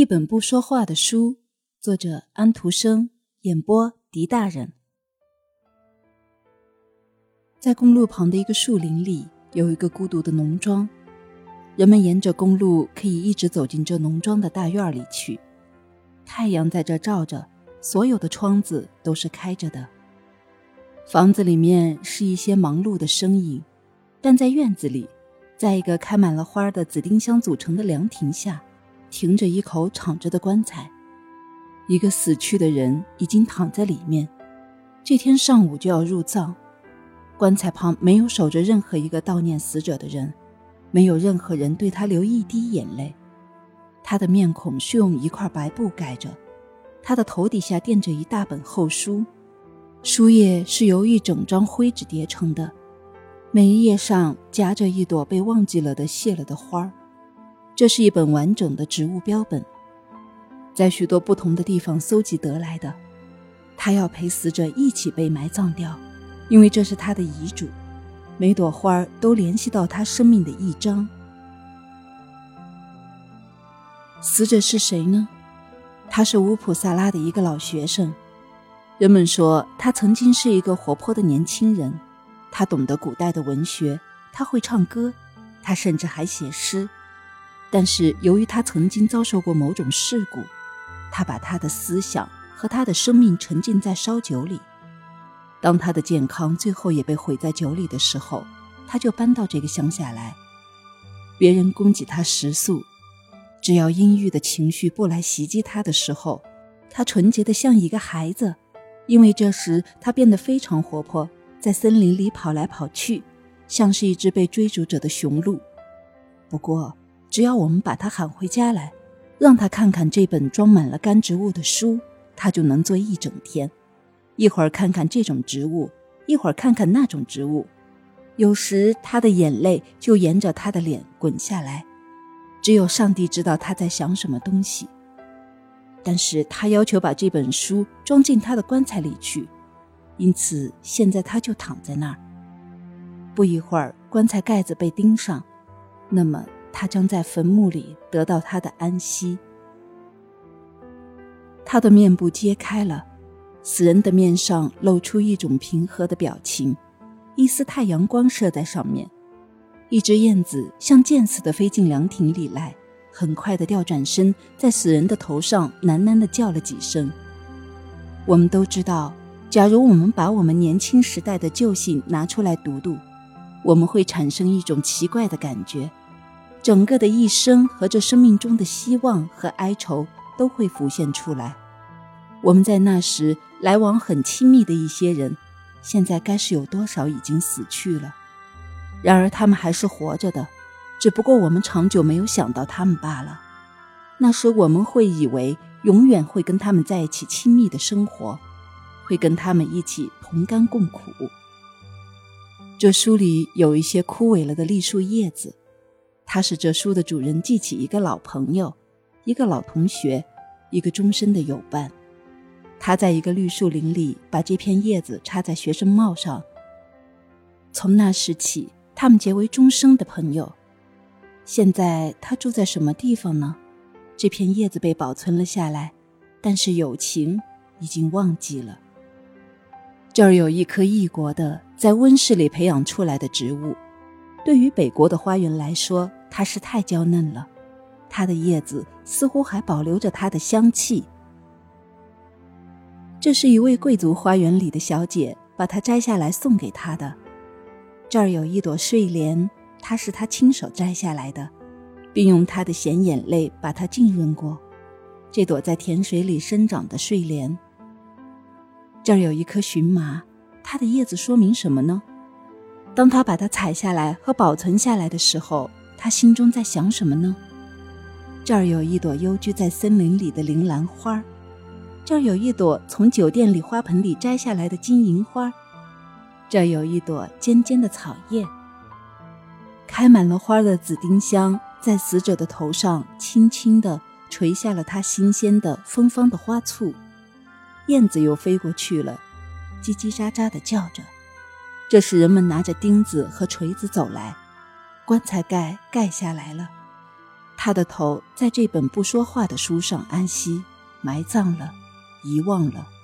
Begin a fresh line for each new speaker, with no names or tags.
一本不说话的书，作者安徒生，演播狄大人。在公路旁的一个树林里，有一个孤独的农庄。人们沿着公路可以一直走进这农庄的大院里去。太阳在这照着，所有的窗子都是开着的。房子里面是一些忙碌的身影，但在院子里，在一个开满了花的紫丁香组成的凉亭下，停着一口敞着的棺材。一个死去的人已经躺在里面，这天上午就要入葬。棺材旁没有守着任何一个悼念死者的人，没有任何人对他流一滴眼泪。他的面孔是用一块白布盖着，他的头底下垫着一大本厚书，书页是由一整张灰纸叠成的，每一页上夹着一朵被忘记了的谢了的花。这是一本完整的植物标本，在许多不同的地方搜集得来的。他要陪死者一起被埋葬掉，因为这是他的遗嘱，每朵花都联系到他生命的一章。死者是谁呢？他是乌普萨拉的一个老学生。人们说他曾经是一个活泼的年轻人，他懂得古代的文学，他会唱歌，他甚至还写诗。但是由于他曾经遭受过某种事故，他把他的思想和他的生命沉浸在烧酒里。当他的健康最后也被毁在酒里的时候，他就搬到这个乡下来。别人供给他食宿，只要阴郁的情绪不来袭击他的时候，他纯洁得像一个孩子，因为这时他变得非常活泼，在森林里跑来跑去，像是一只被追逐者的雄鹿。不过只要我们把他喊回家来，让他看看这本装满了干植物的书，他就能坐一整天，一会儿看看这种植物，一会儿看看那种植物。有时他的眼泪就沿着他的脸滚下来，只有上帝知道他在想什么东西。但是他要求把这本书装进他的棺材里去，因此现在他就躺在那儿。不一会儿，棺材盖子被钉上，那么他将在坟墓里得到他的安息。他的面部揭开了，死人的面上露出一种平和的表情，一丝太阳光射在上面。一只燕子像箭似的飞进凉亭里来，很快地调转身，在死人的头上喃喃地叫了几声。我们都知道，假如我们把我们年轻时代的旧信拿出来读读，我们会产生一种奇怪的感觉，整个的一生和这生命中的希望和哀愁都会浮现出来。我们在那时来往很亲密的一些人，现在该是有多少已经死去了。然而他们还是活着的，只不过我们长久没有想到他们罢了。那时我们会以为永远会跟他们在一起亲密的生活，会跟他们一起同甘共苦。这书里有一些枯萎了的栗树叶子，它使这书的主人记起一个老朋友，一个老同学，一个终身的友伴。他在一个绿树林里把这片叶子插在学生帽上，从那时起他们结为终生的朋友。现在他住在什么地方呢？这片叶子被保存了下来，但是友情已经忘记了。这儿有一棵异国的在温室里培养出来的植物，对于北国的花园来说，它是太娇嫩了，它的叶子似乎还保留着它的香气。这是一位贵族花园里的小姐把它摘下来送给他的。这儿有一朵睡莲，它是他亲手摘下来的，并用他的咸眼泪把它浸润过，这朵在甜水里生长的睡莲。这儿有一棵荨麻，它的叶子说明什么呢？当他把它采下来和保存下来的时候，他心中在想什么呢？这儿有一朵幽居在森林里的铃兰花，这儿有一朵从酒店里花盆里摘下来的金银花，这儿有一朵尖尖的草叶。开满了花的紫丁香在死者的头上轻轻地垂下了它新鲜的芬芳的花簇。燕子又飞过去了，叽叽喳喳地叫着。这时人们拿着钉子和锤子走来，棺材盖下来了。 他的头在这本不说话的书上安息，埋葬了，遗忘了。